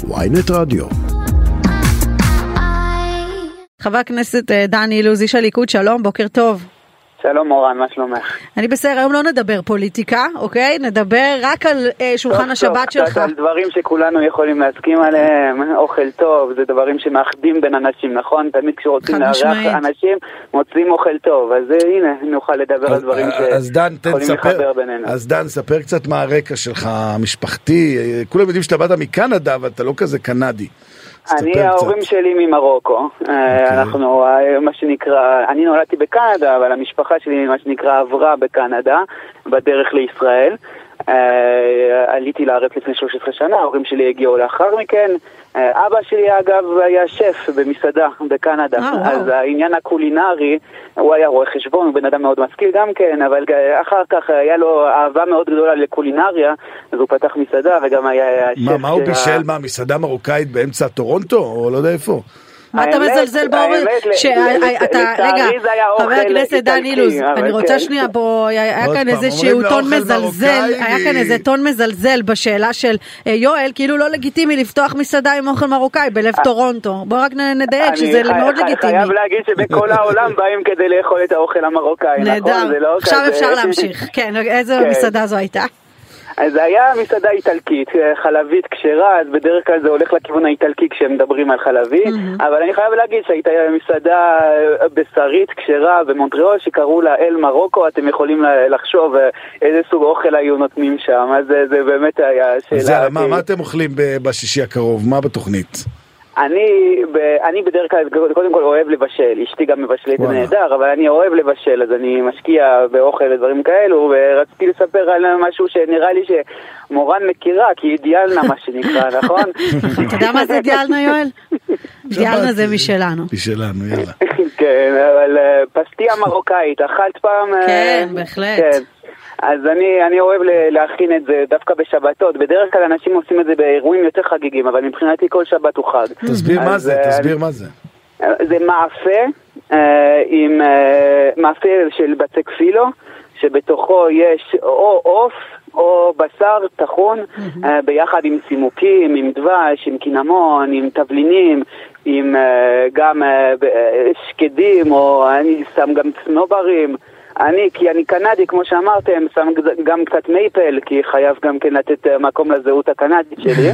ynet רדיו. חבר הכנסת דן אילוז, איש הליכוד, שלום, בוקר טוב. שלום מורן, מה שלומך? אני בסדר, היום לא נדבר פוליטיקה, אוקיי? נדבר רק על שולחן השבת שלך. על דברים שכולנו יכולים להסכים עליהם, אוכל טוב, זה דברים שמאחדים בין אנשים, נכון? תמיד כשרוצים לארח אנשים, מוצאים אוכל טוב, אז הנה, נוכל לדבר על דברים שיכולים לחבר בינינו. אז דן, ספר קצת מה הרקע שלך, המשפחתי, כולם יודעים שאתה באת מקנדה, אבל אתה לא כזה קנדי. ההורים שלי ממרוקו, אנחנו מה שנקרא, אני נולדתי בקנדה, אבל המשפחה שלי מה שנקרא עברה בקנדה בדרך לישראל. עליתי לארץ לפני 13 שנה, ההורים שלי הגיעו לאחר מכן. אבא שלי אגב היה שף במסעדה בקנדה, אז העניין הקולינרי, הוא היה רואה חשבון, הוא בן אדם מאוד משכיל גם כן, אבל אחר כך היה לו אהבה מאוד גדולה לקולינריה, אז הוא פתח מסעדה וגם היה שף. מה הוא בישל? מה, מסעדה מרוקאית באמצע טורונטו או לא יודע איפה? מה אתה מזלזל באורן? רגע, חבר הכנסת דן אילוז, אני רוצה שנייה פה, היה כאן איזשהו טון מזלזל, היה כאן איזה טון מזלזל בשאלה של יואל, כאילו לא לגיטימי לפתוח מסעדה עם אוכל מרוקאי בלב טורונטו. בוא רק נדייק שזה מאוד לגיטימי. חייב להגיד שבכל העולם באים כדי לאכול את האוכל המרוקאי, נכון? נהדר, עכשיו אפשר להמשיך. כן, איזו מסעדה זו הייתה? אז זה היה מסעדה איטלקית, חלבית כשרה, אז בדרך כלל זה הולך לכיוון האיטלקי כשהם מדברים על חלבי, אבל אני חייב להגיד שהייתה מסעדה בשרית כשרה במונטריאול שקראו לה אל מרוקו, אתם יכולים לחשוב איזה סוג אוכל היו נותנים שם, אז זה באמת היה שאלה. מה אתם אוכלים בשישי הקרוב? מה בתוכנית? אני בדרך כלל קודם כל אוהב לבשל, אשתי גם מבשלת נהדר, אבל אני אוהב לבשל, אז אני משקיע באוכל ודברים כאלו, ורציתי לספר על משהו שנראה לי שמורן מכירה, כי אידיאלנה מה שנקרא, נכון? אתה יודע מה זה אידיאלנה, יואל? אידיאלנה זה משלנו. משלנו, יאללה. כן, אבל פסטיה מרוקאית, אכלת פעם? כן, בהחלט. אז אני אוהב להכין את זה דווקא בשבתות. בדרך כלל אנשים עושים את זה באירועים יותר חגיגים, אבל מבחינתי כל שבת הוא חג. תסביר מה זה. זה מאפה של בצק פילו, שבתוכו יש או עוף או בשר טחון, ביחד עם סימוקים, עם דבש, עם קינמון, עם תבלינים, עם גם שקדים, או אני שם גם צנוברים. כי אני קנדי, כמו שאמרתם, שם גם קצת מייפל, כי חייב גם כן לתת מקום לזהות הקנדית שלי.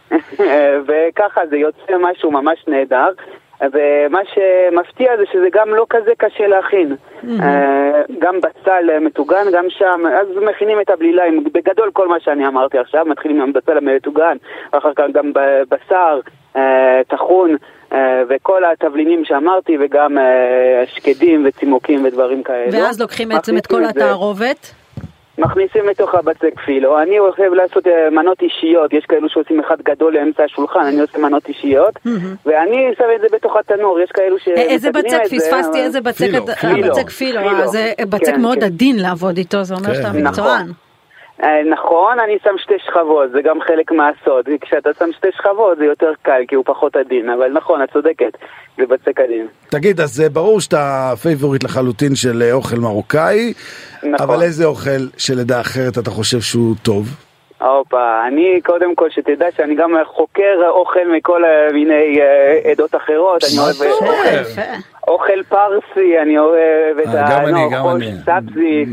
וככה זה יוצא משהו ממש נהדר. ומה שמפתיע זה שזה גם לא כזה קשה להכין. גם בצל מטוגן, גם שם, אז מכינים את הבליליים. בגדול כל מה שאני אמרתי עכשיו, מתחילים עם בצל מטוגן, ואחר כך גם בשר, טחון, וכל התבלינים שאמרתי, וגם שקדים וצימוקים ודברים כאלה. ואז לוקחים בעצם את כל התערובת? מכניסים לתוך הבצק פילו. אני אוהב לעשות מנות אישיות, יש כאלו שעושים אחד גדול לאמצע השולחן, אני עושה מנות אישיות, ואני שם את זה בתוך התנור, יש כאלו איזה בצק? פספסתי איזה בצק? בצק פילו, זה בצק מאוד עדין לעבוד איתו, זה אומר שאתה מקצוען. נכון, אני שם 2 שכבות, זה גם חלק מהסוד. כשאתה שם 2 שכבות זה יותר קל, כי הוא פחות עדין, אבל נכון, את צודקת, זה בצק עדין. תגיד, אז ברור שאתה פייבוריט לחלוטין של אוכל מרוקאי, נכון. אבל איזה אוכל של עדה אחרת אתה חושב שהוא טוב? אני קודם כל שתדע שאני גם חוקר אוכל מכל מיני עדות אחרות, אני אוהב אוכל פרסי, אני אוהב את החוש סבזי,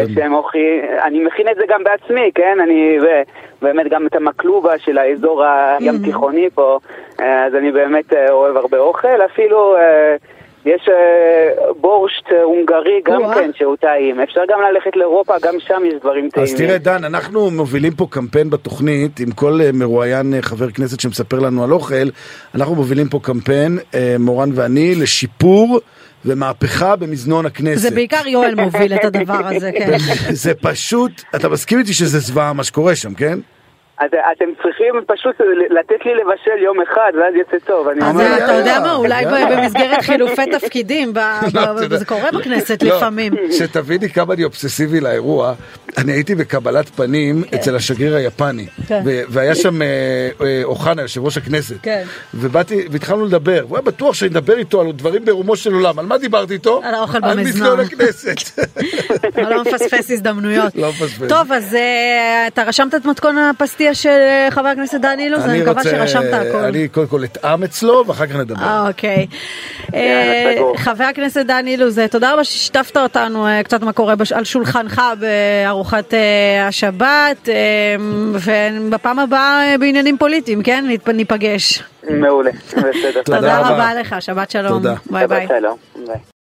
אני מכין את זה גם בעצמי, כן, אני באמת גם את המקלובה של האזור הים תיכוני פה, אז אני באמת אוהב הרבה אוכל, אפילו יש בורשט הונגרי גם כן שהוא טעים. אפשר גם ללכת לאירופה, גם שם יש דברים טעימים. אז תראה דן, אנחנו מובילים פה קמפיין בתוכנית עם כל מרואיין חבר כנסת שמספר לנו על אוכל. אנחנו מובילים פה קמפיין, מורן ואני, לשיפור ומהפכה במזנון הכנסת. זה בעיקר יואל מוביל את הדבר הזה, כן. זה פשוט, אתה מסכים איתי שזה זוועה מה שקורה שם, כן? אז אתם צריכים פשוט לתת לי לבשל יום אחד, ואז יצא טוב. אז אתה יודע מה, אולי במסגרת חילופי תפקידים, זה קורה בכנסת לפעמים. שתביני כמה אני אובססיבי לאירוע, אני הייתי בקבלת פנים אצל השגריר היפני, והיה שם אוחנה, יושב ראש הכנסת, ובאתי, והתחלנו לדבר, הוא היה בטוח שאני מדבר איתו על דברים ברומו של עולם, על מה דיברתי איתו? על האוכל במזנון. על מזנון הכנסת. לא מפספס הזדמנויות. טוב, אז אתה רשמת את מתכון הפסטי הביוגרפיה של חבר הכנסת דן אילוז? אני מקווה שרשמת הכל. אני קודם כל אטעם אצלו, ואחר כך נדבר. אוקיי. חבר הכנסת דן אילוז, תודה רבה ששיתפת אותנו קצת מה קורה על שולחנך בארוחת השבת, ובפעם הבאה בעניינים פוליטיים, כן? ניפגש. מעולה, בסדר. תודה רבה לך, שבת שלום. תודה. ביי ביי. שבת שלום. ביי.